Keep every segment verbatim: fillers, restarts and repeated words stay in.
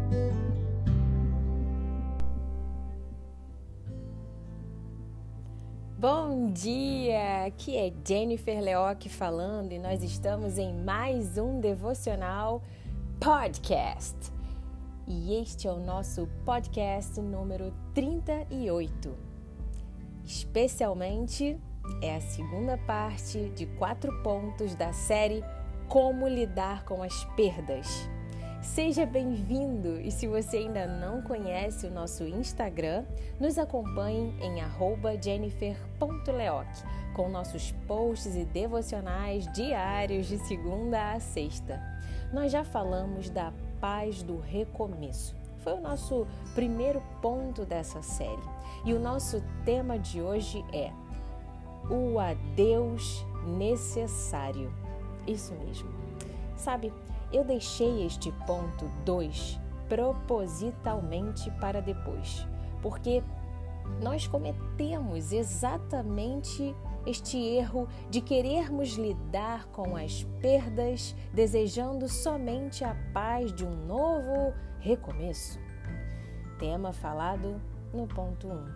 Bom dia! Aqui é Jennifer Leoc falando e nós estamos em mais um Devocional Podcast. E este é o nosso podcast número trinta e oito. Especialmente é a segunda parte de quatro pontos da série Como Lidar com as Perdas. Seja bem-vindo e se você ainda não conhece o nosso Instagram, nos acompanhe em arroba jennifer ponto leoc com nossos posts e devocionais diários de segunda a sexta. Nós já falamos da paz do recomeço. Foi o nosso primeiro ponto dessa série. E o nosso tema de hoje é o adeus necessário. Isso mesmo. Sabe, eu deixei este ponto dois propositalmente para depois, porque nós cometemos exatamente este erro de querermos lidar com as perdas desejando somente a paz de um novo recomeço. Tema falado no ponto um.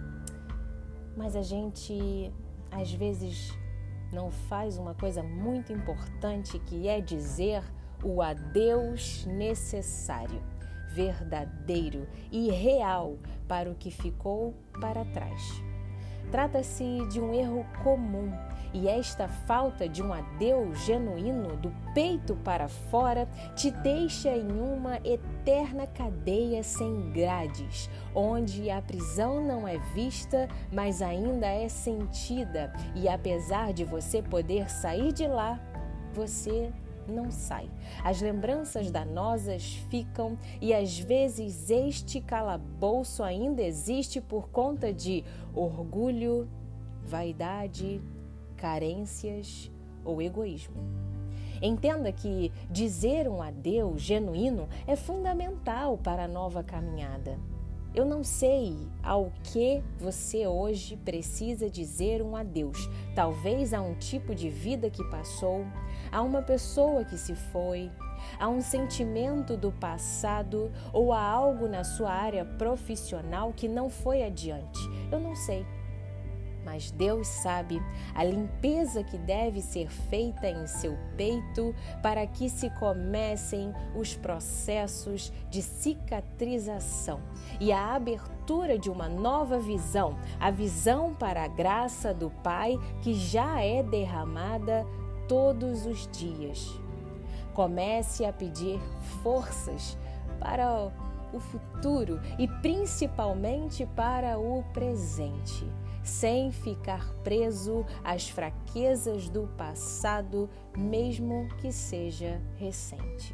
Mas a gente, às vezes, não faz uma coisa muito importante que é dizer o adeus necessário, verdadeiro e real para o que ficou para trás. Trata-se de um erro comum e esta falta de um adeus genuíno do peito para fora te deixa em uma eterna cadeia sem grades, onde a prisão não é vista, mas ainda é sentida e apesar de você poder sair de lá, você não sai. As lembranças danosas ficam e às vezes este calabouço ainda existe por conta de orgulho, vaidade, carências ou egoísmo. Entenda que dizer um adeus genuíno é fundamental para a nova caminhada. Eu não sei ao que você hoje precisa dizer um adeus. Talvez a um tipo de vida que passou, a uma pessoa que se foi, a um sentimento do passado ou a algo na sua área profissional que não foi adiante. Eu não sei. Mas Deus sabe a limpeza que deve ser feita em seu peito para que se comecem os processos de cicatrização e a abertura de uma nova visão, a visão para a graça do Pai que já é derramada todos os dias. Comece a pedir forças para o futuro e principalmente para o presente, sem ficar preso às fraquezas do passado, mesmo que seja recente.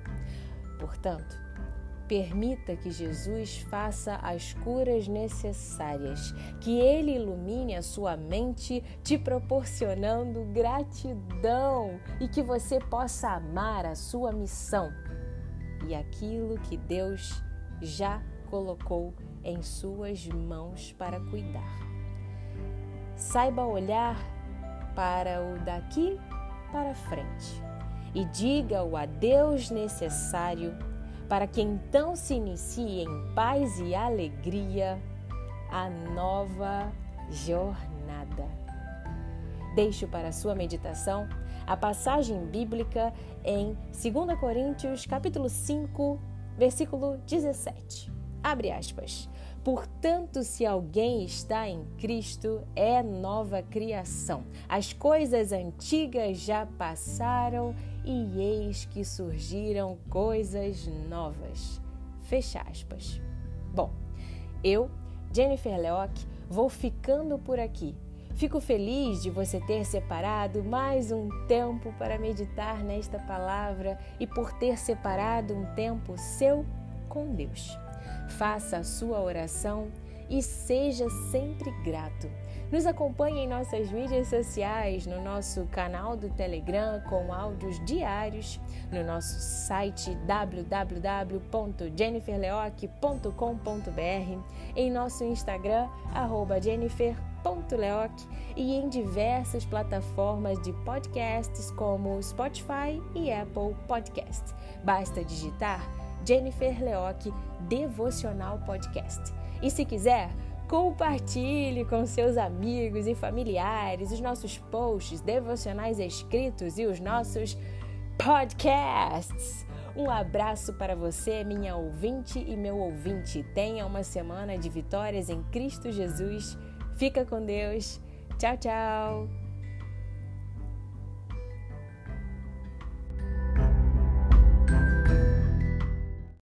Portanto, permita que Jesus faça as curas necessárias, que Ele ilumine a sua mente, te proporcionando gratidão e que você possa amar a sua missão e aquilo que Deus já colocou em suas mãos para cuidar. Saiba olhar para o daqui para frente e diga o adeus necessário para que então se inicie em paz e alegria a nova jornada. Deixo para sua meditação a passagem bíblica em dois Coríntios capítulo cinco, versículo dezessete. Abre aspas. Portanto, se alguém está em Cristo, é nova criação. As coisas antigas já passaram e eis que surgiram coisas novas. Fecha aspas. Bom, eu, Jennifer Leoc, vou ficando por aqui. Fico feliz de você ter separado mais um tempo para meditar nesta palavra e por ter separado um tempo seu com Deus. Faça a sua oração e seja sempre grato. Nos acompanhe em nossas mídias sociais, no nosso canal do Telegram com áudios diários, no nosso site w w w ponto jennifer leoc ponto com ponto b r, em nosso Instagram, arroba jennifer ponto leoc e em diversas plataformas de podcasts como Spotify e Apple Podcast. Basta digitar Jennifer Leoc Devocional Podcast. E se quiser, compartilhe com seus amigos e familiares os nossos posts devocionais escritos e os nossos podcasts. Um abraço para você, minha ouvinte e meu ouvinte. Tenha uma semana de vitórias em Cristo Jesus. Fica com Deus. Tchau, tchau.